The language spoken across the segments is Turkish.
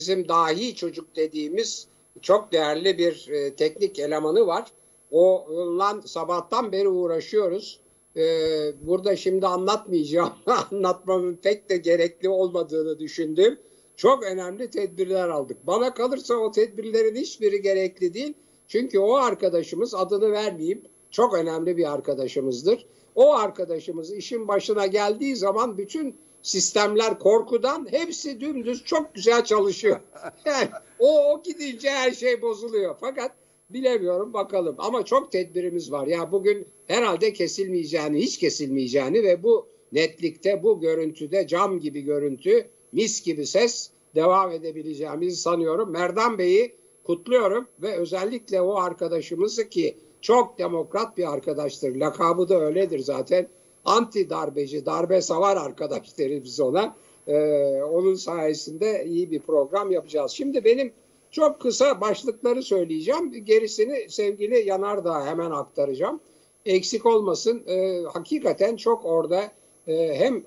bizim dahi çocuk dediğimiz çok değerli bir teknik elemanı var. Onunla sabahtan beri uğraşıyoruz. Burada şimdi anlatmayacağım. Anlatmamın pek de gerekli olmadığını düşündüm. Çok önemli tedbirler aldık. Bana kalırsa o tedbirlerin hiçbiri gerekli değil. Çünkü o arkadaşımız, adını vermeyeyim, çok önemli bir arkadaşımızdır. O arkadaşımız işin başına geldiği zaman bütün sistemler korkudan hepsi dümdüz çok güzel çalışıyor. Yani o gidince her şey bozuluyor. Fakat bilemiyorum, bakalım. Ama çok tedbirimiz var. Ya bugün herhalde kesilmeyeceğini, hiç kesilmeyeceğini ve bu netlikte, bu görüntüde, cam gibi görüntü, mis gibi ses devam edebileceğimizi sanıyorum. Merdan Bey'i kutluyorum ve özellikle o arkadaşımızı, ki çok demokrat bir arkadaştır. Lakabı da öyledir zaten. Anti darbeci, darbe savar arkadaş deriz biz ona. Onun sayesinde iyi bir program yapacağız. Şimdi benim çok kısa başlıkları söyleyeceğim. Gerisini sevgili Yanardağ'a hemen aktaracağım. Eksik olmasın. Hakikaten çok orada hem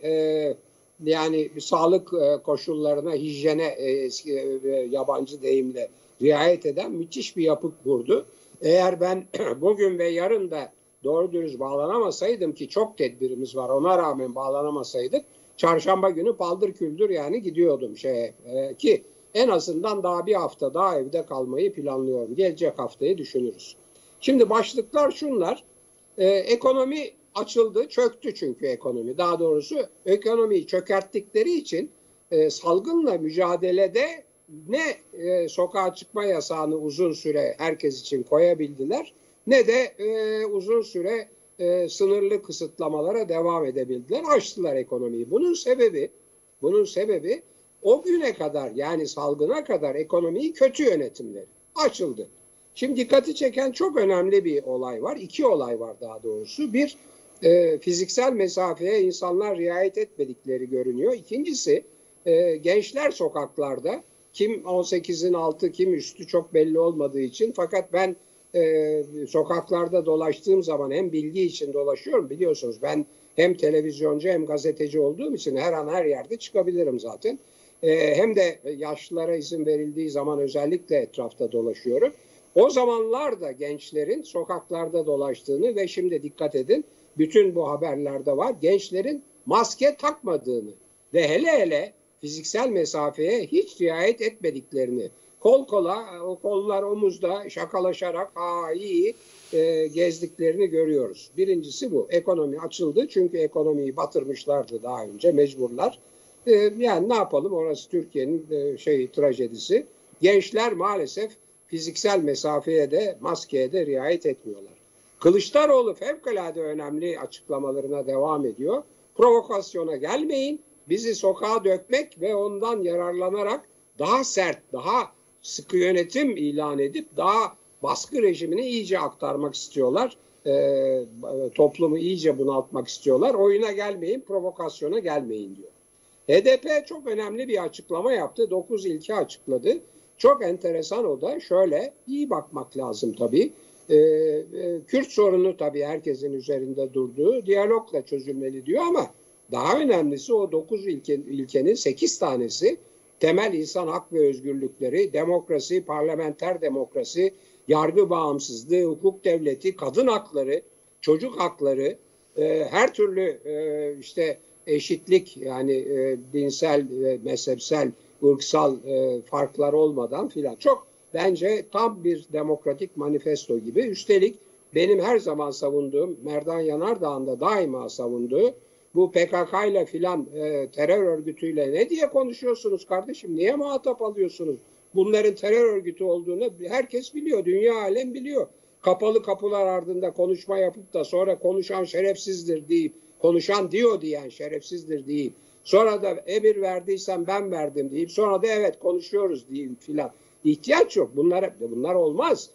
yani sağlık koşullarına, hijyene, yabancı deyimle riayet eden müthiş bir yapı kurdu. Eğer ben bugün ve yarın da doğru dürüst bağlanamasaydım, ki çok tedbirimiz var, ona rağmen bağlanamasaydık, çarşamba günü paldır küldür yani gidiyordum ki en azından daha bir hafta daha evde kalmayı planlıyorum. Gelecek haftayı düşünürüz. Şimdi başlıklar şunlar. Ekonomi açıldı, çöktü çünkü ekonomi. Daha doğrusu ekonomiyi çökerttikleri için salgınla mücadelede ne sokağa çıkma yasağını uzun süre herkes için koyabildiler, ne de uzun süre sınırlı kısıtlamalara devam edebildiler. Açtılar ekonomiyi. Bunun sebebi o güne kadar, yani salgına kadar ekonomiyi kötü yönetimleri. Açıldı. Şimdi dikkati çeken çok önemli bir olay var. İki olay var daha doğrusu. Bir, fiziksel mesafeye insanlar riayet etmedikleri görünüyor. İkincisi, gençler sokaklarda, kim 18'in altı kim üstü çok belli olmadığı için, fakat ben sokaklarda dolaştığım zaman hem bilgi için dolaşıyorum, biliyorsunuz ben hem televizyoncu hem gazeteci olduğum için her an her yerde çıkabilirim zaten. Hem de yaşlılara izin verildiği zaman özellikle etrafta dolaşıyorum. O zamanlar da gençlerin sokaklarda dolaştığını ve şimdi dikkat edin, bütün bu haberlerde var, gençlerin maske takmadığını ve hele fiziksel mesafeye hiç riayet etmediklerini, kol kola, o kollar omuzda şakalaşarak iyi gezdiklerini görüyoruz. Birincisi bu. Ekonomi açıldı çünkü ekonomiyi batırmışlardı daha önce, mecburlar. Yani ne yapalım, orası Türkiye'nin trajedisi. Gençler maalesef fiziksel mesafeye de maskeye de riayet etmiyorlar. Kılıçdaroğlu fevkalade önemli açıklamalarına devam ediyor. Provokasyona gelmeyin, bizi sokağa dökmek ve ondan yararlanarak daha sert, daha sıkı yönetim ilan edip daha baskı rejimini iyice aktarmak istiyorlar. Toplumu iyice bunaltmak istiyorlar. Oyuna gelmeyin, provokasyona gelmeyin diyor. HDP çok önemli bir açıklama yaptı. 9 ilke açıkladı. Çok enteresan o da. Şöyle, iyi bakmak lazım tabii. Kürt sorunu tabii herkesin üzerinde durduğu, diyalogla çözülmeli diyor ama daha önemlisi o 9 ilkenin 8 tanesi temel insan hak ve özgürlükleri, demokrasi, parlamenter demokrasi, yargı bağımsızlığı, hukuk devleti, kadın hakları, çocuk hakları, her türlü eşitlik, yani dinsel, mezhepsel, ırksal farklar olmadan filan. Çok bence tam bir demokratik manifesto gibi. Üstelik benim her zaman savunduğum, Merdan Yanardağ'ın da daima savunduğu, bu PKK ile filan terör örgütüyle ne diye konuşuyorsunuz kardeşim? Niye muhatap alıyorsunuz? Bunların terör örgütü olduğunu herkes biliyor. Dünya alem biliyor. Kapalı kapılar ardında konuşma yapıp da sonra konuşan şerefsizdir deyip, konuşan diyen şerefsizdir deyip, sonra da emir verdiysen ben verdim deyip, sonra da evet konuşuyoruz diyeyim filan. İhtiyaç yok. Bunlar olmaz.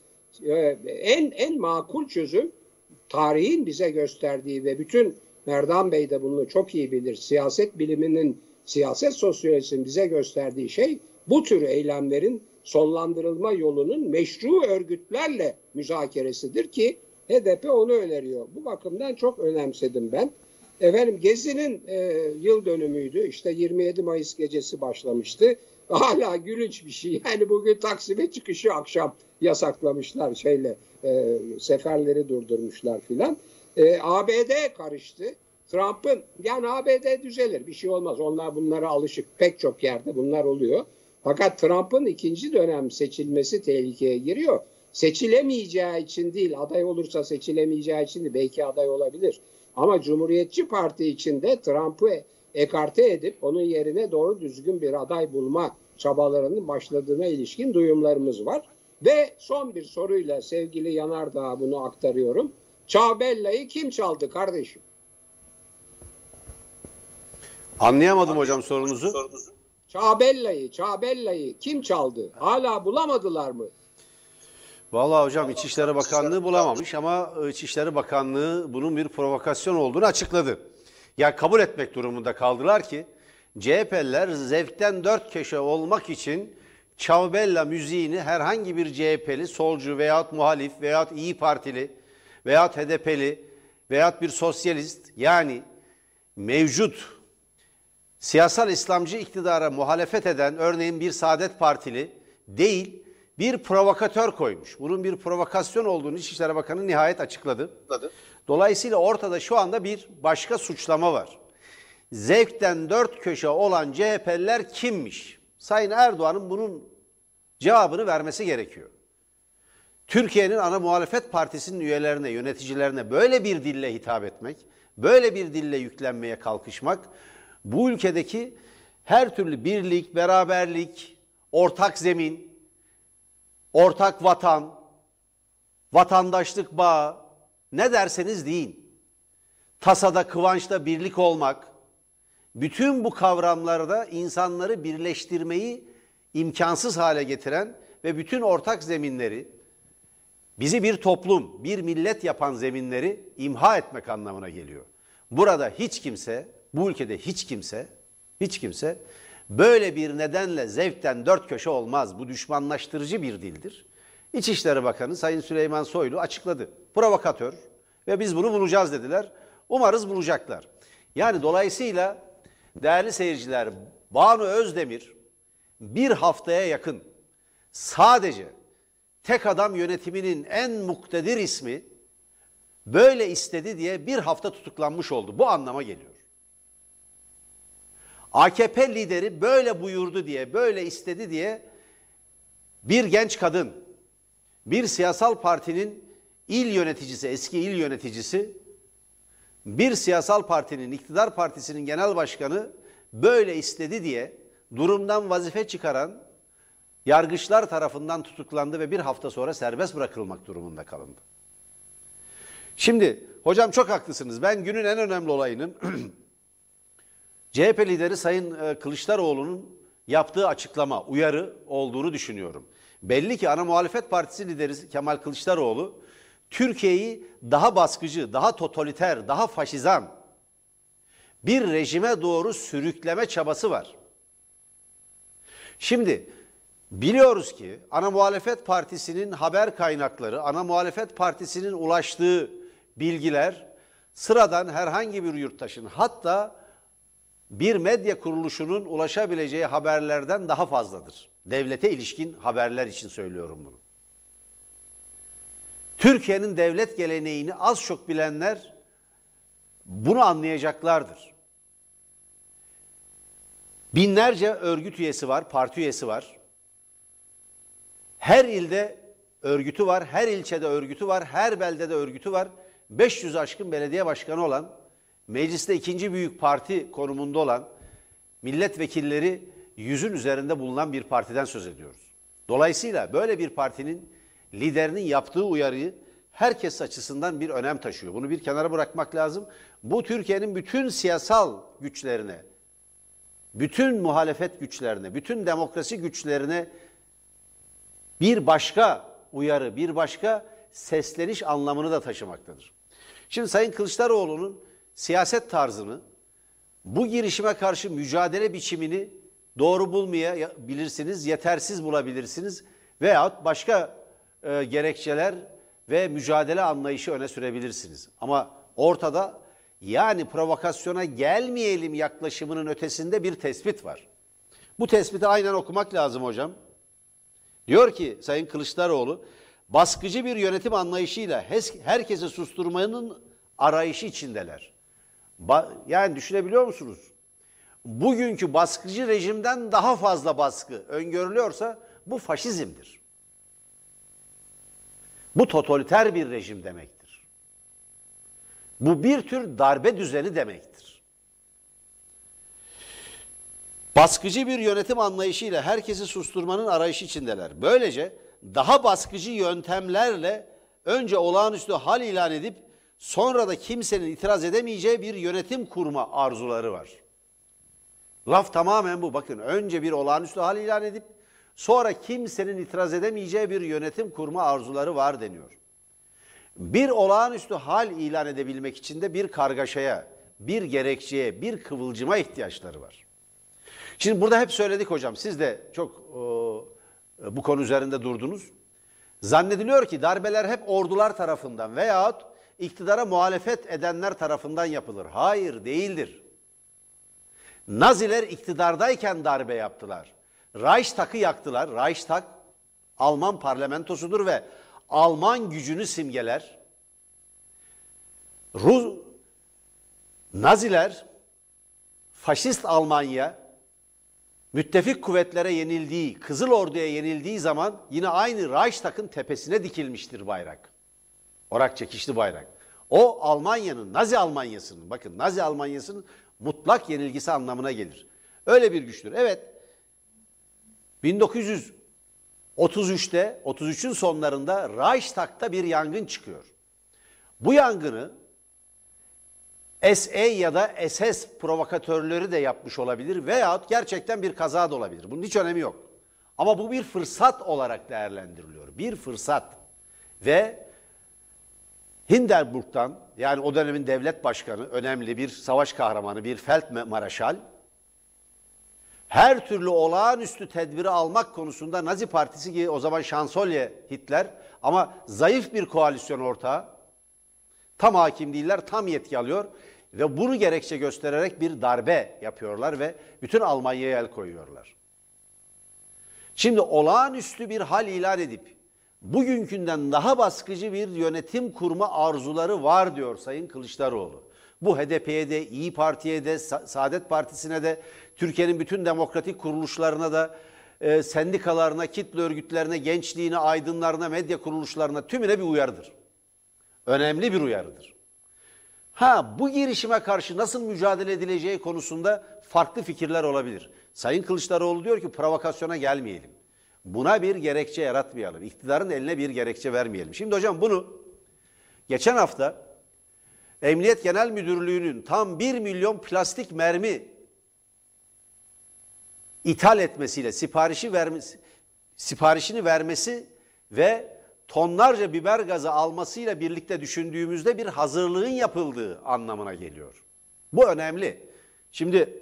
En makul çözüm, tarihin bize gösterdiği ve bütün Merdan Bey de bunu çok iyi bilir, siyaset biliminin, siyaset sosyolojisinin bize gösterdiği şey, bu tür eylemlerin sonlandırılma yolunun meşru örgütlerle müzakeresidir ki HDP onu öneriyor. Bu bakımdan çok önemsedim ben. Efendim, Gezi'nin yıl dönümüydü. İşte 27 Mayıs gecesi başlamıştı. hala gülünç bir şey. Yani bugün Taksim'e çıkışı akşam yasaklamışlar seferleri durdurmuşlar filan. ABD karıştı. Trump'ın yani ABD düzelir, bir şey olmaz. Onlar bunlara alışık, pek çok yerde bunlar oluyor. Fakat Trump'ın ikinci dönem seçilmesi tehlikeye giriyor. Seçilemeyeceği için değil, aday olursa seçilemeyeceği için de belki aday olabilir. Ama Cumhuriyetçi Parti içinde Trump'ı ekarte edip onun yerine doğru düzgün bir aday bulma çabalarının başladığına ilişkin duyumlarımız var. Ve son bir soruyla sevgili Yanardağ'a bunu aktarıyorum. Çağbella'yı kim çaldı kardeşim? Anlayamadım hocam sorunuzu. Çağbella'yı kim çaldı? Hala bulamadılar mı? Vallahi hocam İçişleri Bakanlığı bulamamış ama İçişleri Bakanlığı bunun bir provokasyon olduğunu açıkladı. Ya kabul etmek durumunda kaldılar ki CHP'liler zevkten dört köşe olmak için Çağbella müziğini herhangi bir CHP'li, solcu veyahut muhalif veyahut İyi Partili veyahut HDP'li veyahut bir sosyalist yani mevcut siyasal İslamcı iktidara muhalefet eden örneğin bir Saadet Partili değil bir provokatör koymuş. Bunun bir provokasyon olduğunu İçişleri Bakanı nihayet açıkladı. Dolayısıyla ortada şu anda bir başka suçlama var. Zevkten dört köşe olan CHP'liler kimmiş? Sayın Erdoğan'ın bunun cevabını vermesi gerekiyor. Türkiye'nin ana muhalefet partisinin üyelerine, yöneticilerine böyle bir dille hitap etmek, böyle bir dille yüklenmeye kalkışmak, bu ülkedeki her türlü birlik, beraberlik, ortak zemin, ortak vatan, vatandaşlık bağı, ne derseniz deyin. Tasada, kıvançta birlik olmak, bütün bu kavramlarda insanları birleştirmeyi imkansız hale getiren ve bütün ortak zeminleri, bizi bir toplum, bir millet yapan zeminleri imha etmek anlamına geliyor. Burada hiç kimse, bu ülkede hiç kimse böyle bir nedenle zevkten dört köşe olmaz. Bu düşmanlaştırıcı bir dildir. İçişleri Bakanı Sayın Süleyman Soylu açıkladı. Provokatör ve biz bunu bulacağız dediler. Umarız bulacaklar. Yani dolayısıyla değerli seyirciler, Banu Özdemir bir haftaya yakın sadece tek adam yönetiminin en muktedir ismi böyle istedi diye bir hafta tutuklanmış oldu. Bu anlama geliyor. AKP lideri böyle buyurdu diye, böyle istedi diye bir genç kadın, bir siyasal partinin il yöneticisi, eski il yöneticisi, bir siyasal partinin, iktidar partisinin genel başkanı böyle istedi diye durumdan vazife çıkaran yargıçlar tarafından tutuklandı ve bir hafta sonra serbest bırakılmak durumunda kalındı. Şimdi hocam çok haklısınız. Ben günün en önemli olayının CHP lideri Sayın Kılıçdaroğlu'nun yaptığı açıklama, uyarı olduğunu düşünüyorum. Belli ki ana muhalefet partisi lideri Kemal Kılıçdaroğlu Türkiye'yi daha baskıcı, daha totaliter, daha faşizan bir rejime doğru sürükleme çabası var. Şimdi biliyoruz ki ana muhalefet partisinin haber kaynakları, ana muhalefet partisinin ulaştığı bilgiler sıradan herhangi bir yurttaşın, hatta bir medya kuruluşunun ulaşabileceği haberlerden daha fazladır. Devlete ilişkin haberler için söylüyorum bunu. Türkiye'nin devlet geleneğini az çok bilenler bunu anlayacaklardır. Binlerce örgüt üyesi var, parti üyesi var. Her ilde örgütü var, her ilçede örgütü var, her beldede örgütü var. 500 aşkın belediye başkanı olan, mecliste ikinci büyük parti konumunda olan, milletvekilleri 100'ün üzerinde bulunan bir partiden söz ediyoruz. Dolayısıyla böyle bir partinin liderinin yaptığı uyarıyı herkes açısından bir önem taşıyor. Bunu bir kenara bırakmak lazım. Bu Türkiye'nin bütün siyasal güçlerine, bütün muhalefet güçlerine, bütün demokrasi güçlerine bir başka uyarı, bir başka sesleniş anlamını da taşımaktadır. Şimdi Sayın Kılıçdaroğlu'nun siyaset tarzını, bu girişime karşı mücadele biçimini doğru bulmayabilirsiniz, yetersiz bulabilirsiniz veyahut başka gerekçeler ve mücadele anlayışı öne sürebilirsiniz. Ama ortada yani provokasyona gelmeyelim yaklaşımının ötesinde bir tespit var. Bu tespiti aynen okumak lazım hocam. Diyor ki Sayın Kılıçdaroğlu, baskıcı bir yönetim anlayışıyla herkesi susturmanın arayışı içindeler. Yani düşünebiliyor musunuz? Bugünkü baskıcı rejimden daha fazla baskı öngörülüyorsa bu faşizmdir. Bu totaliter bir rejim demektir. Bu bir tür darbe düzeni demektir. Baskıcı bir yönetim anlayışıyla herkesi susturmanın arayışı içindeler. Böylece daha baskıcı yöntemlerle önce olağanüstü hal ilan edip sonra da kimsenin itiraz edemeyeceği bir yönetim kurma arzuları var. Laf tamamen bu. Bakın, önce bir olağanüstü hal ilan edip sonra kimsenin itiraz edemeyeceği bir yönetim kurma arzuları var deniyor. Bir olağanüstü hal ilan edebilmek için de bir kargaşaya, bir gerekçeye, bir kıvılcıma ihtiyaçları var. Şimdi burada hep söyledik hocam, siz de çok bu konu üzerinde durdunuz. Zannediliyor ki darbeler hep ordular tarafından veyahut iktidara muhalefet edenler tarafından yapılır. Hayır, değildir. Naziler iktidardayken darbe yaptılar. Reichstag'ı yaktılar. Reichstag Alman parlamentosudur ve Alman gücünü simgeler. Naziler, faşist Almanya, müttefik kuvvetlere yenildiği, Kızıl Ordu'ya yenildiği zaman yine aynı Reichstag'ın tepesine dikilmiştir bayrak. Orak çekişli bayrak. O Almanya'nın, Nazi Almanya'sının, bakın Nazi Almanya'sının mutlak yenilgisi anlamına gelir. Öyle bir güçtür. Evet, 1933'te, 33'ün sonlarında Reichstag'ta bir yangın çıkıyor. Bu yangını SA ya da SS provokatörleri de yapmış olabilir veyahut gerçekten bir kaza da olabilir. Bunun hiç önemi yok. Ama bu bir fırsat olarak değerlendiriliyor. Bir fırsat. Ve Hindenburg'dan, yani o dönemin devlet başkanı, önemli bir savaş kahramanı, bir Feldmarschall, her türlü olağanüstü tedbiri almak konusunda Nazi Partisi, ki o zaman Şansölye Hitler ama zayıf bir koalisyon ortağı, tam hakim değiller, tam yetki alıyor ve bunu gerekçe göstererek bir darbe yapıyorlar ve bütün Almanya'ya el koyuyorlar. Şimdi olağanüstü bir hal ilan edip bugünkünden daha baskıcı bir yönetim kurma arzuları var diyor Sayın Kılıçdaroğlu. Bu HDP'ye de, İyi Parti'ye de, Saadet Partisi'ne de, Türkiye'nin bütün demokratik kuruluşlarına da, sendikalarına, kitle örgütlerine, gençliğine, aydınlarına, medya kuruluşlarına tümüne bir uyarıdır. Önemli bir uyarıdır. Bu girişime karşı nasıl mücadele edileceği konusunda farklı fikirler olabilir. Sayın Kılıçdaroğlu diyor ki provokasyona gelmeyelim. Buna bir gerekçe yaratmayalım. İktidarın eline bir gerekçe vermeyelim. Şimdi hocam bunu geçen hafta Emniyet Genel Müdürlüğü'nün tam 1 milyon plastik mermi ithal etmesiyle siparişini vermesi ve tonlarca biber gazı almasıyla birlikte düşündüğümüzde bir hazırlığın yapıldığı anlamına geliyor. Bu önemli. Şimdi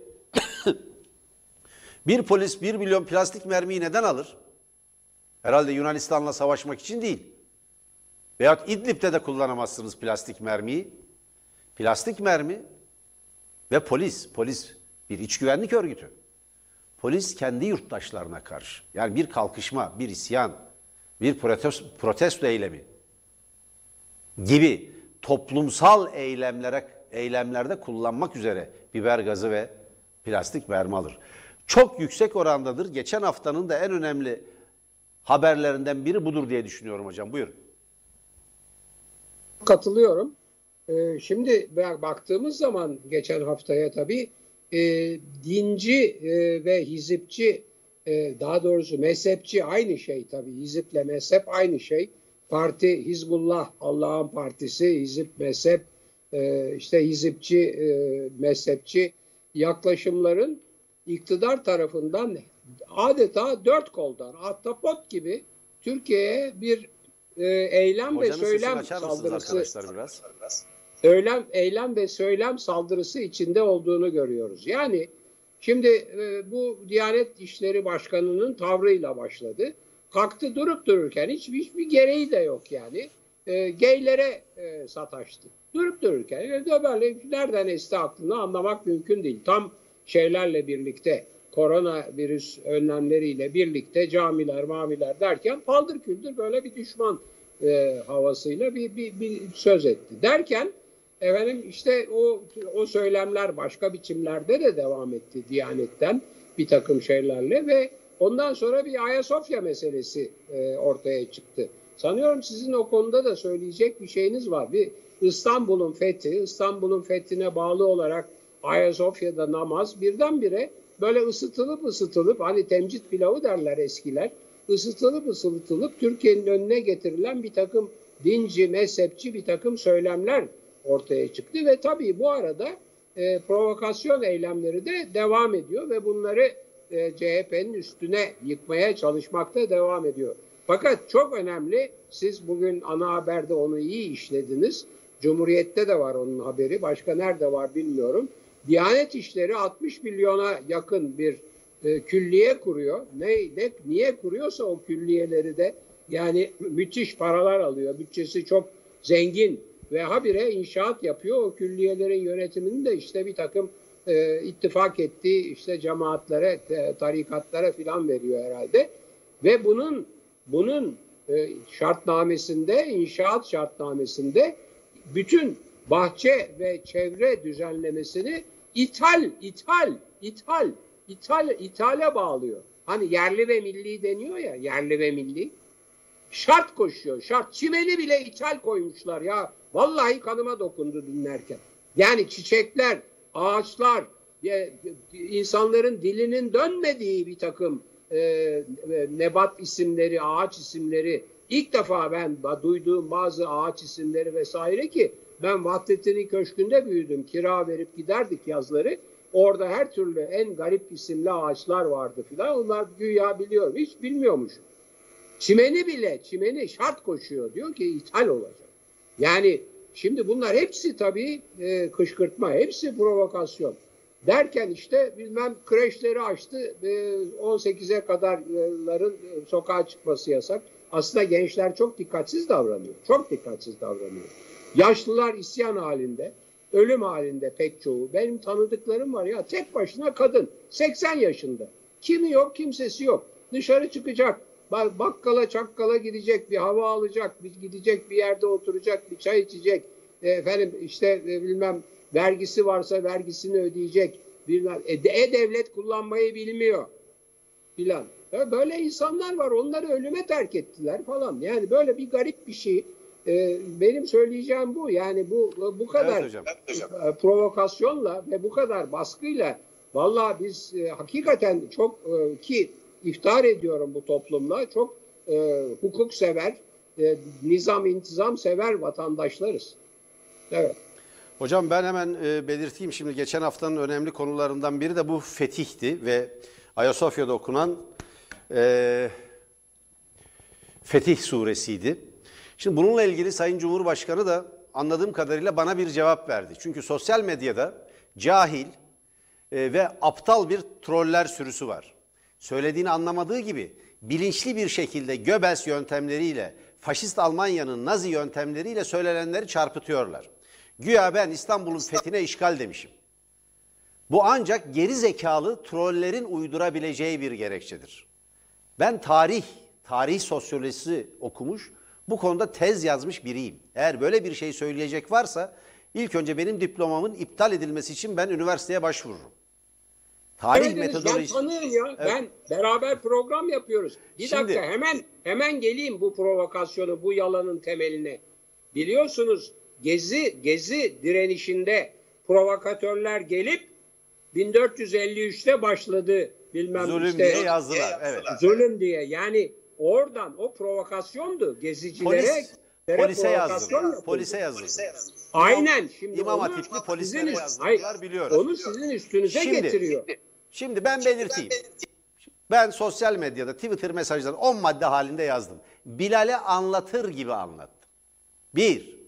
bir polis 1 milyon plastik mermiyi neden alır? Herhalde Yunanistan'la savaşmak için değil. Veyahut İdlib'de de kullanamazsınız plastik mermiyi. Plastik mermi ve polis bir iç güvenlik örgütü. Polis kendi yurttaşlarına karşı, yani bir kalkışma, bir isyan, bir protesto eylemi gibi toplumsal eylemlerde kullanmak üzere biber gazı ve plastik mermi alır. Çok yüksek orandadır. Geçen haftanın da en önemli haberlerinden biri budur diye düşünüyorum hocam. Buyurun. Katılıyorum. Şimdi baktığımız zaman geçen haftaya tabii dinci ve hizipçi, daha doğrusu mezhepçi aynı şey tabii. Hiziple mezhep aynı şey. Parti Hizbullah, Allah'ın partisi, hizip mezhep, işte hizipçi, mezhepçi yaklaşımların iktidar tarafından adeta dört koldan, ahtapot gibi Türkiye'ye bir eylem ve söylem saldırısı, eylem ve söylem saldırısı içinde olduğunu görüyoruz. Yani şimdi bu Diyanet İşleri Başkanı'nın tavrıyla başladı. Kalktı durup dururken hiçbir gereği de yok yani. Geylere sataştı. Durup dururken böyle nereden esti aklını anlamak mümkün değil. Tam şeylerle birlikte, koronavirüs önlemleriyle birlikte camiler, mamiler derken paldır küldür böyle bir düşman havasıyla bir söz etti. Derken efendim işte o söylemler başka biçimlerde de devam etti Diyanet'ten bir takım şeylerle ve ondan sonra bir Ayasofya meselesi ortaya çıktı. Sanıyorum sizin o konuda da söyleyecek bir şeyiniz var. Bir İstanbul'un fethine bağlı olarak Ayasofya'da namaz birdenbire böyle ısıtılıp hani temcit pilavı derler eskiler. Isıtılıp Türkiye'nin önüne getirilen bir takım dinci, mezhepçi bir takım söylemler ortaya çıktı ve tabii bu arada provokasyon eylemleri de devam ediyor ve bunları CHP'nin üstüne yıkmaya çalışmakta devam ediyor. Fakat çok önemli, siz bugün ana haberde onu iyi işlediniz. Cumhuriyet'te de var onun haberi, başka nerede var bilmiyorum. Diyanet İşleri 60 milyona yakın bir külliye kuruyor. Niye kuruyorsa o külliyeleri de yani müthiş paralar alıyor. Bütçesi çok zengin ve habire inşaat yapıyor. O külliyelerin yönetimini de işte bir takım ittifak ettiği işte cemaatlere, tarikatlara filan veriyor herhalde. Ve bunun şartnamesinde, inşaat şartnamesinde bütün bahçe ve çevre düzenlemesini ithale bağlıyor. Hani yerli ve milli deniyor ya, yerli ve milli. Şart koşuyor, şart. Çimeni bile ithal koymuşlar ya. Vallahi kanıma dokundu dinlerken. Yani çiçekler, ağaçlar, insanların dilinin dönmediği bir takım nebat isimleri, ağaç isimleri, ilk defa ben duyduğum bazı ağaç isimleri vesaire ki ben Vahdettin'in köşkünde büyüdüm. Kira verip giderdik yazları. Orada her türlü en garip isimli ağaçlar vardı filan. Onlar güya biliyorum. Hiç bilmiyormuş. Çimeni şart koşuyor. Diyor ki ithal olacak. Yani şimdi bunlar hepsi tabii kışkırtma. Hepsi provokasyon. Derken işte bilmem kreşleri açtı. 18'e kadarların sokağa çıkması yasak. Aslında gençler çok dikkatsiz davranıyor. Çok dikkatsiz davranıyor. Yaşlılar isyan halinde. Ölüm halinde pek çoğu. Benim tanıdıklarım var ya, tek başına kadın. 80 yaşında. Kimi yok, kimsesi yok. Dışarı çıkacak. Bakkala çakkala gidecek, bir hava alacak, gidecek bir yerde oturacak, bir çay içecek. Efendim işte bilmem vergisi varsa vergisini ödeyecek. E-Devlet kullanmayı bilmiyor filan. Böyle insanlar var. Onları ölüme terk ettiler falan. Yani böyle bir garip bir şey. Benim söyleyeceğim bu. Yani bu kadar provokasyonla ve bu kadar baskıyla vallahi biz hakikaten çok ki iftihar ediyorum bu toplumla. Çok hukuk sever, nizam intizam sever vatandaşlarız. Evet. Hocam ben hemen belirteyim, şimdi geçen haftanın önemli konularından biri de bu fetihti ve Ayasofya'da okunan Fetih suresiydi. Şimdi bununla ilgili Sayın Cumhurbaşkanı da anladığım kadarıyla bana bir cevap verdi. Çünkü sosyal medyada cahil ve aptal bir troller sürüsü var. Söylediğini anlamadığı gibi bilinçli bir şekilde Göbels yöntemleriyle, faşist Almanya'nın Nazi yöntemleriyle söylenenleri çarpıtıyorlar. Güya ben İstanbul'un fethine işgal demişim. Bu ancak geri zekalı trollerin uydurabileceği bir gerekçedir. Ben tarih sosyolojisi okumuş, bu konuda tez yazmış biriyim. Eğer böyle bir şey söyleyecek varsa ilk önce benim diplomamın iptal edilmesi için ben üniversiteye başvururum. Tarih metodolojisi. Ben tanıyorum ya. Evet. Ben beraber program yapıyoruz. Dakika hemen geleyim bu provokasyonu, bu yalanın temeline. Biliyorsunuz Gezi direnişinde provokatörler gelip 1453'te başladı bilmem zulüm işte, diye yazdılar. Evet. Zulüm diye. Yani oradan o provokasyondu. Gezicilere Polise yazdılar. Aynen. Şimdi İmam Hatipli polislere yazdılar, biliyoruz. Onu sizin üstünüze getiriyor. Şimdi ben belirteyim. Ben sosyal medyada Twitter mesajlarını 10 madde halinde yazdım. Bilal'e anlatır gibi anlattım. 1.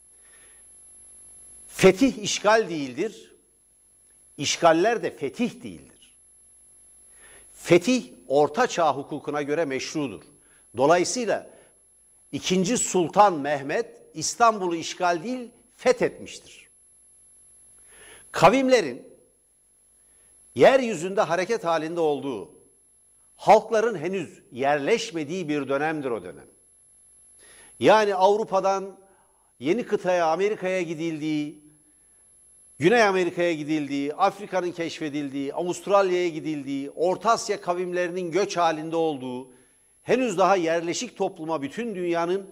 Fetih işgal değildir. İşgaller de fetih değildir. Fetih Orta Çağ hukukuna göre meşrudur. Dolayısıyla 2. Sultan Mehmet İstanbul'u işgal değil fethetmiştir. Kavimlerin yeryüzünde hareket halinde olduğu, halkların henüz yerleşmediği bir dönemdir o dönem. Yani Avrupa'dan yeni kıtaya, Amerika'ya gidildiği, Güney Amerika'ya gidildiği, Afrika'nın keşfedildiği, Avustralya'ya gidildiği, Orta Asya kavimlerinin göç halinde olduğu, henüz daha yerleşik topluma bütün dünyanın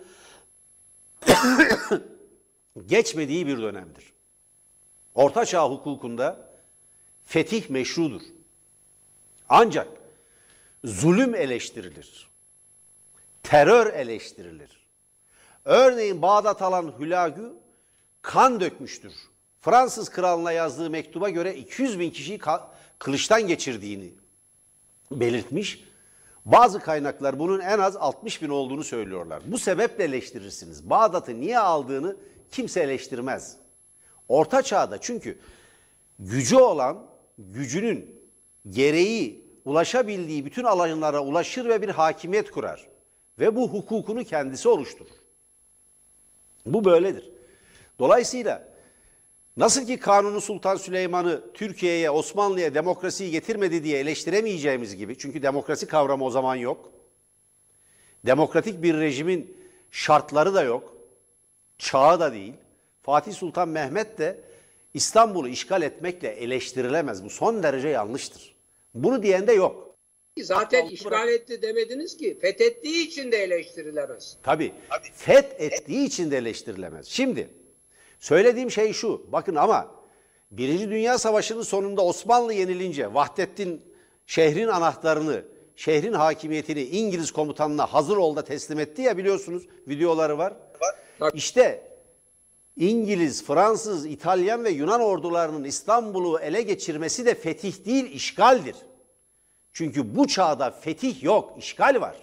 geçmediği bir dönemdir. Orta Çağ hukukunda fetih meşrudur. Ancak zulüm eleştirilir. Terör eleştirilir. Örneğin Bağdat alan Hülagü kan dökmüştür. Fransız kralına yazdığı mektuba göre 200 bin kişiyi kılıçtan geçirdiğini belirtmiş. Bazı kaynaklar bunun en az 60 bin olduğunu söylüyorlar. Bu sebeple eleştirirsiniz. Bağdat'ı niye aldığını kimse eleştirmez. Orta Çağ'da çünkü gücü olan, gücünün gereği ulaşabildiği bütün alanlara ulaşır ve bir hakimiyet kurar. Ve bu hukukunu kendisi oluşturur. Bu böyledir. Dolayısıyla nasıl ki Kanuni Sultan Süleyman'ı Türkiye'ye, Osmanlı'ya demokrasiyi getirmedi diye eleştiremeyeceğimiz gibi, çünkü demokrasi kavramı o zaman yok. Demokratik bir rejimin şartları da yok. Çağı da değil. Fatih Sultan Mehmet de İstanbul'u işgal etmekle eleştirilemez. Bu son derece yanlıştır. Bunu diyen de yok. Zaten işgal etti demediniz ki. Fethettiği için de eleştirilemez. Tabii. Fethettiği için de eleştirilemez. Şimdi söylediğim şey şu. Bakın ama Birinci Dünya Savaşı'nın sonunda Osmanlı yenilince Vahdettin şehrin anahtarını, şehrin hakimiyetini İngiliz komutanına hazır ol da teslim etti ya, biliyorsunuz, videoları var. İşte İngiliz, Fransız, İtalyan ve Yunan ordularının İstanbul'u ele geçirmesi de fetih değil, işgaldir. Çünkü bu çağda fetih yok, işgal var.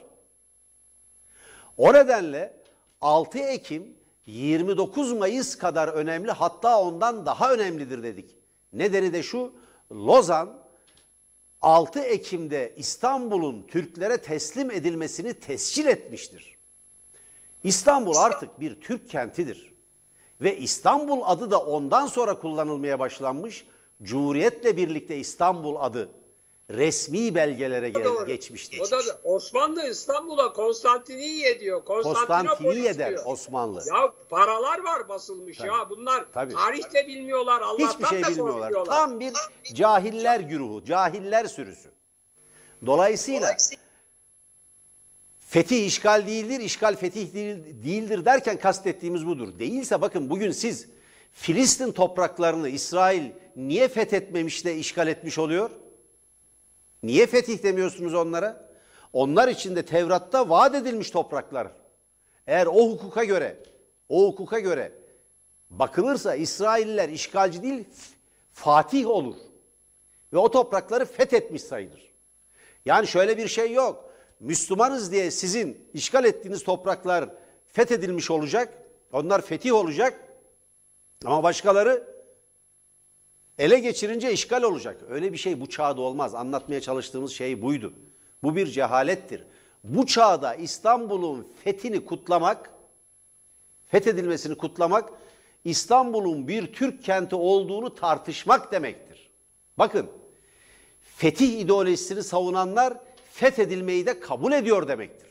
O nedenle 6 Ekim 29 Mayıs kadar önemli, hatta ondan daha önemlidir dedik. Nedeni de şu: Lozan 6 Ekim'de İstanbul'un Türklere teslim edilmesini tescil etmiştir. İstanbul artık bir Türk kentidir. Ve İstanbul adı da ondan sonra kullanılmaya başlanmış. Cumhuriyetle birlikte İstanbul adı resmi belgelere geçmiştir. O da Osmanlı İstanbul'a Konstantiniye diyor. Konstantiniye der Osmanlı. Ya paralar var basılmış. Tabii. Ya bunlar tarih de bilmiyorlar. Allah'tan hiçbir şey da bilmiyorlar. Tam bir cahiller güruhu, cahiller sürüsü. Dolayısıyla fetih işgal değildir, işgal fetih değildir derken kastettiğimiz budur. Değilse bakın, bugün siz Filistin topraklarını İsrail niye fethetmemiş de işgal etmiş oluyor? Niye fetih demiyorsunuz onlara? Onlar için de Tevrat'ta vaat edilmiş topraklar. Eğer o hukuka göre bakılırsa İsrailler işgalci değil, fatih olur. Ve o toprakları fethetmiş sayılır. Yani şöyle bir şey yok. Müslümanız diye sizin işgal ettiğiniz topraklar fethedilmiş olacak. Onlar fetih olacak. Ama başkaları ele geçirince işgal olacak. Öyle bir şey bu çağda olmaz. Anlatmaya çalıştığımız şey buydu. Bu bir cehalettir. Bu çağda İstanbul'un fethini kutlamak, fethedilmesini kutlamak, İstanbul'un bir Türk kenti olduğunu tartışmak demektir. Bakın, fetih ideolojisini savunanlar fethedilmeyi de kabul ediyor demektir.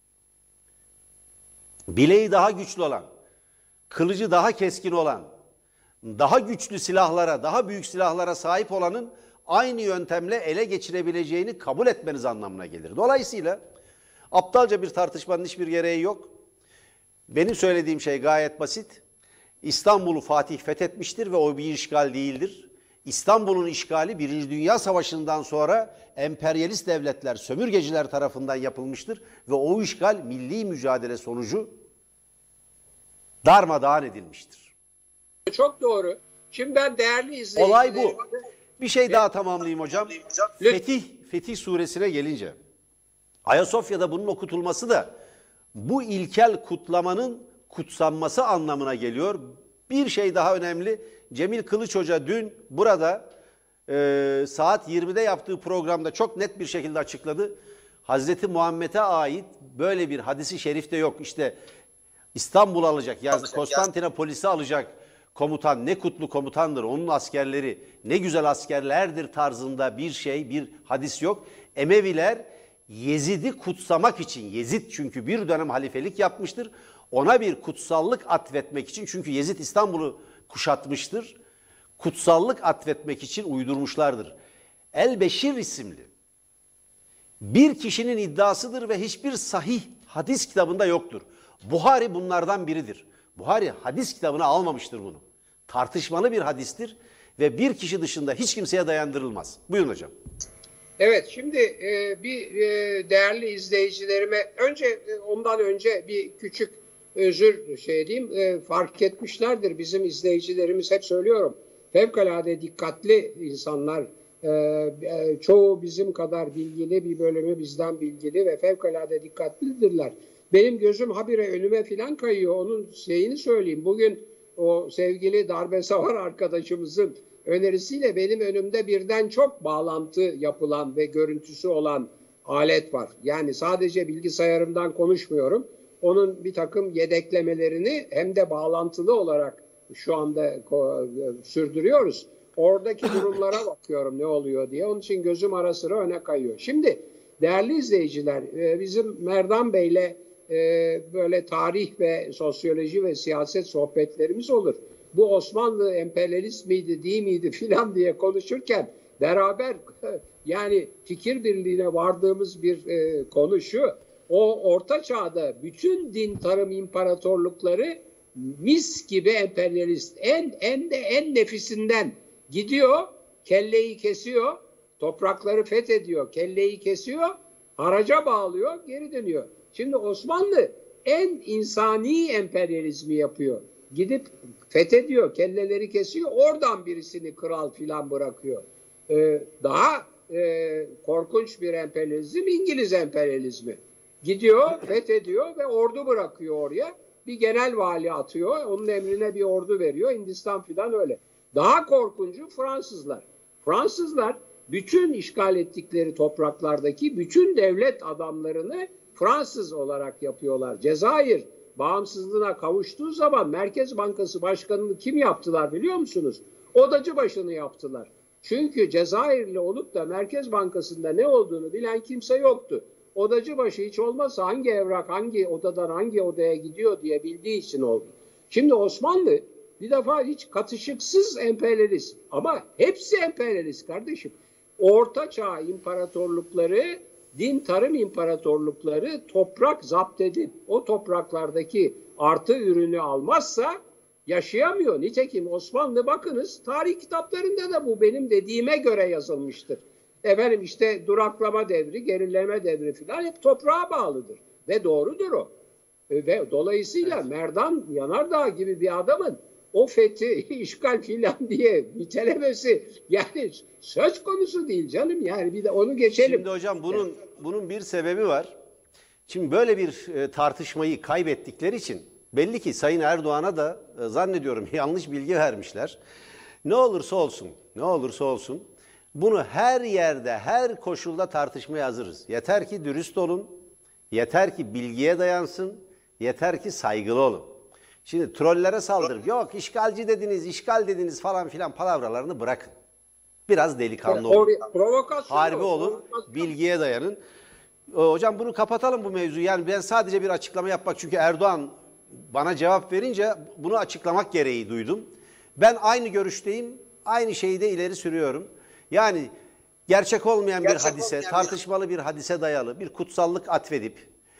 Bileği daha güçlü olan, kılıcı daha keskin olan, daha güçlü silahlara, daha büyük silahlara sahip olanın aynı yöntemle ele geçirebileceğini kabul etmeniz anlamına gelir. Dolayısıyla aptalca bir tartışmanın hiçbir gereği yok. Benim söylediğim şey gayet basit. İstanbul'u Fatih fethetmiştir ve o bir işgal değildir. İstanbul'un işgali Birinci Dünya Savaşı'ndan sonra emperyalist devletler, sömürgeciler tarafından yapılmıştır ve o işgal milli mücadele sonucu darmadağın edilmiştir. Çok doğru. Şimdi ben değerli izleyicilerim... Olay bu. Bir şey daha tamamlayayım hocam. Fetih suresine gelince, Ayasofya'da bunun okutulması da bu ilkel kutlamanın kutsanması anlamına geliyor. Bir şey daha önemli. Cemil Kılıç Hoca dün burada saat 20'de yaptığı programda çok net bir şekilde açıkladı. Hazreti Muhammed'e ait böyle bir hadisi şerifte yok. İşte İstanbul alacak, yani Konstantinopolis'i alacak, komutan ne kutlu komutandır, onun askerleri ne güzel askerlerdir tarzında bir hadis yok. Emeviler Yezid'i kutsamak için, Yezid çünkü bir dönem halifelik yapmıştır, ona bir kutsallık atfetmek için, çünkü Yezid İstanbul'u kuşatmıştır, kutsallık atfetmek için uydurmuşlardır. El-Beşir isimli bir kişinin iddiasıdır ve hiçbir sahih hadis kitabında yoktur. Buhari bunlardan biridir. Buhari hadis kitabına almamıştır bunu. Tartışmalı bir hadistir ve bir kişi dışında hiç kimseye dayandırılmaz. Buyurun hocam. Evet, şimdi değerli izleyicilerime ondan önce bir küçük özür diyeyim. Fark etmişlerdir bizim izleyicilerimiz, hep söylüyorum. Fevkalade dikkatli insanlar. Çoğu bizim kadar bilgili, bir bölümü bizden bilgili ve fevkalade dikkatlidirler. Benim gözüm habire önüme filan kayıyor. Onun şeyini söyleyeyim. Bugün o sevgili darbesavar arkadaşımızın önerisiyle benim önümde birden çok bağlantı yapılan ve görüntüsü olan alet var. Yani sadece bilgisayarımdan konuşmuyorum. Onun bir takım yedeklemelerini hem de bağlantılı olarak şu anda sürdürüyoruz. Oradaki durumlara bakıyorum ne oluyor diye. Onun için gözüm ara sıra öne kayıyor. Şimdi değerli izleyiciler, bizim Merdan Bey'le böyle tarih ve sosyoloji ve siyaset sohbetlerimiz olur. Bu Osmanlı emperyalist miydi değil miydi filan diye konuşurken beraber yani fikir birliğine vardığımız bir konu şu. O Orta Çağ'da bütün din tarım imparatorlukları mis gibi emperyalist, en nefisinden gidiyor, kelleyi kesiyor, toprakları fethediyor, kelleyi kesiyor, haraca bağlıyor, geri dönüyor. Şimdi Osmanlı en insani emperyalizmi yapıyor. Gidip fethediyor, kelleleri kesiyor, oradan birisini kral filan bırakıyor. Daha korkunç bir emperyalizm İngiliz emperyalizmi. Gidiyor, fethediyor ve ordu bırakıyor oraya. Bir genel vali atıyor, onun emrine bir ordu veriyor. Hindistan filan öyle. Daha korkuncu Fransızlar. Fransızlar bütün işgal ettikleri topraklardaki bütün devlet adamlarını Fransız olarak yapıyorlar. Cezayir bağımsızlığına kavuştuğu zaman Merkez Bankası Başkanı'nı kim yaptılar biliyor musunuz? Odacıbaşı'nı yaptılar. Çünkü Cezayirli olup da Merkez Bankası'nda ne olduğunu bilen kimse yoktu. Odacıbaşı hiç olmazsa hangi evrak hangi odadan hangi odaya gidiyor diye bildiği için oldu. Şimdi Osmanlı bir defa hiç katışıksız emperyalist ama hepsi emperyalist kardeşim. Orta Çağ imparatorlukları, din tarım imparatorlukları toprak zapt edip o topraklardaki artı ürünü almazsa yaşayamıyor. Nitekim Osmanlı bakınız tarih kitaplarında da bu benim dediğime göre yazılmıştır. Efendim işte duraklama devri, gerileme devri filan hep toprağa bağlıdır. Ve doğrudur o. Ve dolayısıyla Merdan Yanardağ gibi bir adamın o fethi, işgal filan diye nitelemesi yani söz konusu değil canım. Yani bir de onu geçelim. Şimdi hocam bunun bir sebebi var. Şimdi böyle bir tartışmayı kaybettikleri için belli ki Sayın Erdoğan'a da zannediyorum yanlış bilgi vermişler. Ne olursa olsun bunu her yerde, her koşulda tartışmaya hazırız. Yeter ki dürüst olun, yeter ki bilgiye dayansın, yeter ki saygılı olun. Şimdi trollere saldırıp yok işgalci dediniz, işgal dediniz falan filan palavralarını bırakın. Biraz delikanlı olun. Harbi olun, bilgiye dayanın. Hocam bunu kapatalım bu mevzuyu. Yani ben sadece bir açıklama yapmak çünkü Erdoğan bana cevap verince bunu açıklamak gereği duydum. Ben aynı görüşteyim, aynı şeyi de ileri sürüyorum. Yani gerçek olmayan bir hadise, tartışmalı bir hadise dayalı bir kutsallık atfedip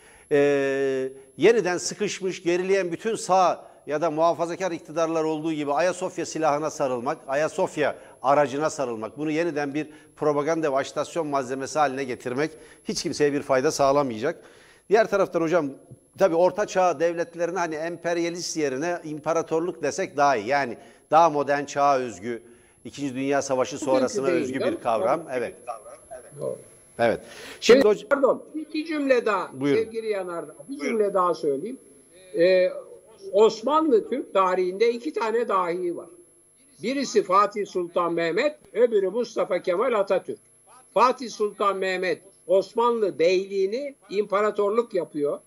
yeniden sıkışmış, gerileyen bütün sağ ya da muhafazakar iktidarlar olduğu gibi Ayasofya silahına sarılmak, Ayasofya aracına sarılmak, bunu yeniden bir propaganda ve ajitasyon malzemesi haline getirmek hiç kimseye bir fayda sağlamayacak. Diğer taraftan hocam tabii Orta Çağ devletlerine hani emperyalist yerine imparatorluk desek daha iyi. Yani daha modern çağa özgü, İkinci Dünya Savaşı sonrasına özgü bir kavram. Evet. Evet. Şimdi pardon, iki cümle daha sevgili Yanardağ. Bir cümle daha söyleyeyim. Osmanlı Türk tarihinde iki tane dahi var. Birisi Fatih Sultan Mehmet, öbürü Mustafa Kemal Atatürk. Fatih Sultan Mehmet Osmanlı beyliğini imparatorluk yapıyor.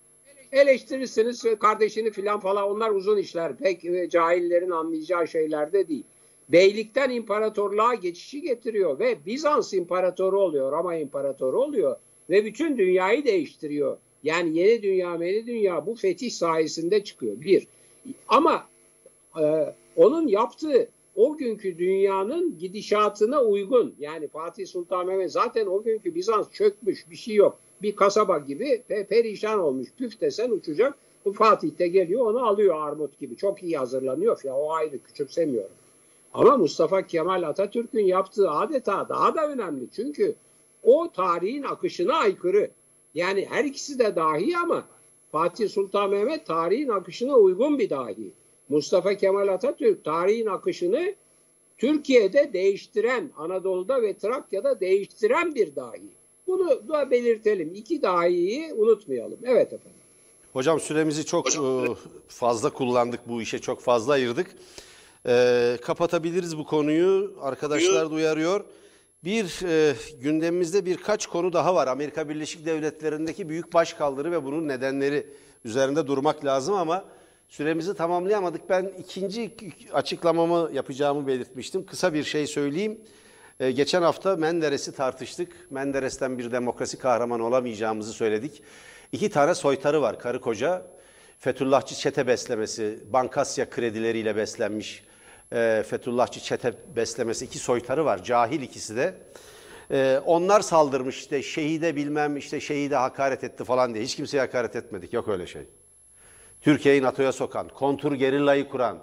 Eleştirirsiniz kardeşini falan onlar uzun işler. Pek cahillerin anlayacağı şeyler de değil. Beylikten imparatorluğa geçişi getiriyor ve Bizans imparatoru oluyor, Roma imparatoru oluyor ve bütün dünyayı değiştiriyor. Yani yeni dünya bu fetih sayesinde çıkıyor. Bir. Ama onun yaptığı o günkü dünyanın gidişatına uygun. Yani Fatih Sultan Mehmet zaten o günkü Bizans çökmüş, bir şey yok. Bir kasaba gibi perişan olmuş. Püf desen uçacak. Bu Fatih de geliyor onu alıyor armut gibi. Çok iyi hazırlanıyor. Ya o ayrı, küçümsemiyorum. Ama Mustafa Kemal Atatürk'ün yaptığı adeta daha da önemli. Çünkü o tarihin akışına aykırı. Yani her ikisi de dahi ama Fatih Sultan Mehmet tarihin akışına uygun bir dahi. Mustafa Kemal Atatürk tarihin akışını Türkiye'de değiştiren, Anadolu'da ve Trakya'da değiştiren bir dahi. Bunu da belirtelim. İki dahiyi unutmayalım. Evet efendim. Hocam süremizi çok fazla kullandık, bu işe çok fazla ayırdık. Kapatabiliriz bu konuyu. Arkadaşlar da uyarıyor. Gündemimizde birkaç konu daha var. Amerika Birleşik Devletleri'ndeki büyük başkaldırı ve bunun nedenleri üzerinde durmak lazım ama süremizi tamamlayamadık. Ben ikinci açıklamamı yapacağımı belirtmiştim. Kısa bir şey söyleyeyim. Geçen hafta Menderes'i tartıştık. Menderes'ten bir demokrasi kahramanı olamayacağımızı söyledik. 2 tane soytarı var karı koca. Fethullahçı çete beslemesi, Bankasya kredileriyle beslenmiş Fethullahçı çete beslemesi 2 soytarı var. Cahil ikisi de. Onlar saldırmış işte şehide bilmem işte şehide hakaret etti falan diye. Hiç kimseye hakaret etmedik. Yok öyle şey. Türkiye'yi NATO'ya sokan, kontur gerillayı kuran,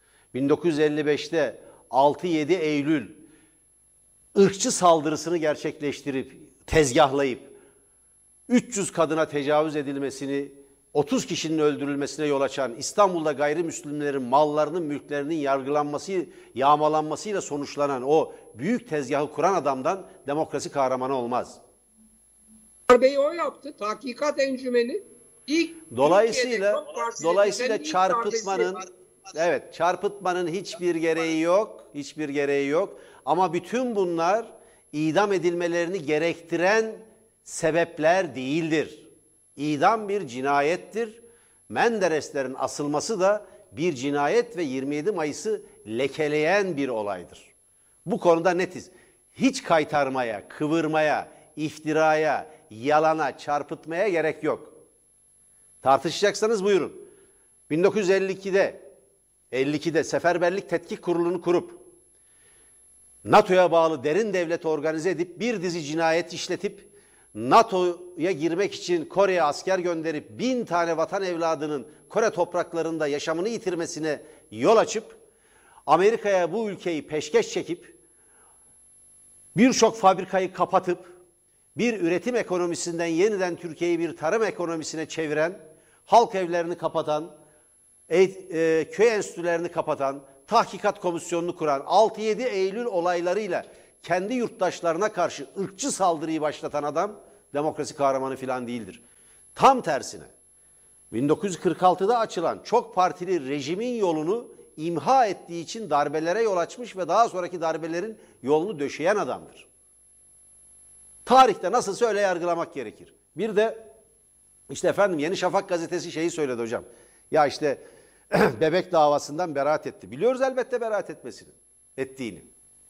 1955'te 6-7 Eylül ırkçı saldırısını gerçekleştirip, tezgahlayıp, 300 kadına tecavüz edilmesini, 30 kişinin öldürülmesine yol açan, İstanbul'da gayrimüslimlerin mallarının, mülklerinin yargılanması, yağmalanmasıyla sonuçlanan o büyük tezgahı kuran adamdan demokrasi kahramanı olmaz. Bey o yaptı, tahkikat encümeni. Dolayısıyla çarpıtmanın hiçbir gereği yok. Hiçbir gereği yok. Ama bütün bunlar idam edilmelerini gerektiren sebepler değildir. İdam bir cinayettir. Mendereslerin asılması da bir cinayet ve 27 Mayıs'ı lekeleyen bir olaydır. Bu konuda netiz. Hiç kaytarmaya, kıvırmaya, iftiraya, yalana, çarpıtmaya gerek yok. Tartışacaksanız buyurun. 1952'de Seferberlik Tetkik Kurulu'nu kurup NATO'ya bağlı derin devlet organize edip bir dizi cinayet işletip NATO'ya girmek için Kore'ye asker gönderip 1000 tane vatan evladının Kore topraklarında yaşamını yitirmesine yol açıp Amerika'ya bu ülkeyi peşkeş çekip birçok fabrikayı kapatıp bir üretim ekonomisinden yeniden Türkiye'yi bir tarım ekonomisine çeviren, halk evlerini kapatan, köy enstitülerini kapatan, tahkikat komisyonunu kuran, 6-7 Eylül olaylarıyla kendi yurttaşlarına karşı ırkçı saldırıyı başlatan adam demokrasi kahramanı falan değildir. Tam tersine 1946'da açılan çok partili rejimin yolunu imha ettiği için darbelere yol açmış ve daha sonraki darbelerin yolunu döşeyen adamdır. Tarihte nasılsa öyle yargılamak gerekir. Bir de işte efendim Yeni Şafak gazetesi şeyi söyledi hocam. Ya işte bebek davasından beraat etti. Biliyoruz elbette beraat ettiğini.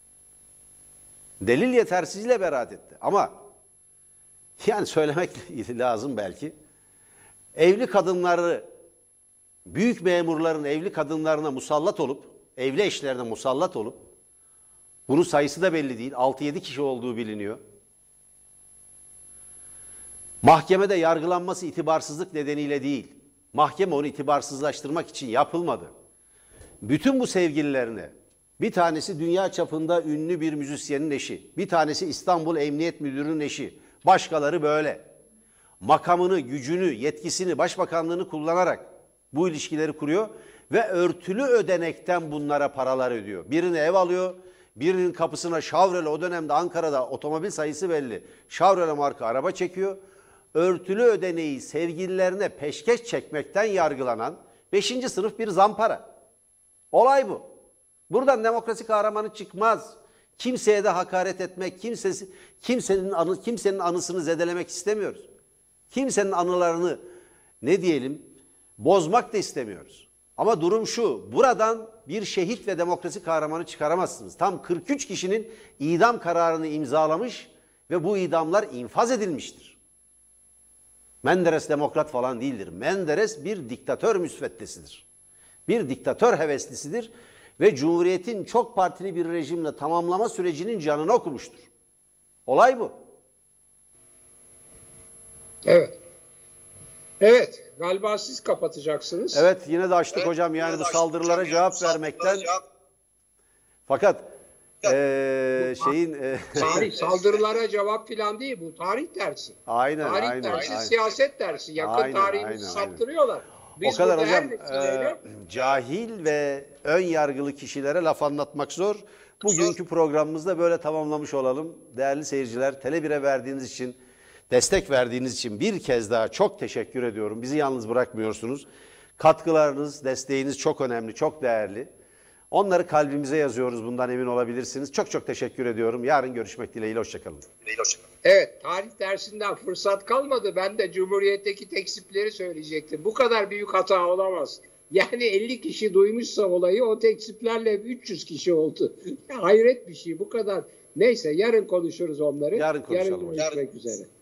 Delil yetersizliğiyle beraat etti. Ama yani söylemek lazım belki. Evli kadınları, büyük memurların evli kadınlarına musallat olup, evli eşlerine musallat olup, bunun sayısı da belli değil. 6-7 kişi olduğu biliniyor. Mahkemede yargılanması itibarsızlık nedeniyle değil. Mahkeme onu itibarsızlaştırmak için yapılmadı. Bütün bu sevgililerine, bir tanesi dünya çapında ünlü bir müzisyenin eşi, bir tanesi İstanbul Emniyet Müdürü'nün eşi, başkaları böyle. Makamını, gücünü, yetkisini, başbakanlığını kullanarak bu ilişkileri kuruyor ve örtülü ödenekten bunlara paralar ödüyor. Birine ev alıyor, birinin kapısına Chevrolet, o dönemde Ankara'da otomobil sayısı belli, Chevrolet marka araba çekiyor. Örtülü ödeneği sevgililerine peşkeş çekmekten yargılanan 5. sınıf bir zampara. Olay bu. Buradan demokrasi kahramanı çıkmaz. Kimseye de hakaret etmek, kimsenin anısını zedelemek istemiyoruz. Kimsenin anılarını ne diyelim, bozmak da istemiyoruz. Ama durum şu, buradan bir şehit ve demokrasi kahramanı çıkaramazsınız. Tam 43 kişinin idam kararını imzalamış ve bu idamlar infaz edilmiştir. Menderes demokrat falan değildir. Menderes bir diktatör müsveddesidir. Bir diktatör heveslisidir ve Cumhuriyet'in çok partili bir rejimle tamamlama sürecinin canını okumuştur. Olay bu. Evet. Evet. Galiba siz kapatacaksınız. Evet, yine de açtık hocam, yani bu saldırılara cevap vermekten. Fakat tarih saldırılara cevap falan değil, bu tarih dersi. Tarih dersi, siyaset dersi. Yakın tarihimizi saptırıyorlar. Biz o kadar hocam cahil ve ön yargılı kişilere laf anlatmak zor. Bugünkü programımızda böyle tamamlamış olalım. Değerli seyirciler, Tele1'e verdiğiniz için, destek verdiğiniz için bir kez daha çok teşekkür ediyorum. Bizi yalnız bırakmıyorsunuz. Katkılarınız, desteğiniz çok önemli, çok değerli. Onları kalbimize yazıyoruz, bundan emin olabilirsiniz. Çok çok teşekkür ediyorum. Yarın görüşmek dileğiyle, hoşçakalın. Evet, tarih dersinden fırsat kalmadı. Ben de Cumhuriyet'teki tekzipleri söyleyecektim. Bu kadar büyük hata olamaz. Yani 50 kişi duymuşsa olayı, o tekziplerle 300 kişi oldu. Hayret bir şey, bu kadar. Neyse, yarın konuşuruz onları. Yarın konuşalım. Yarın görüşmek üzere.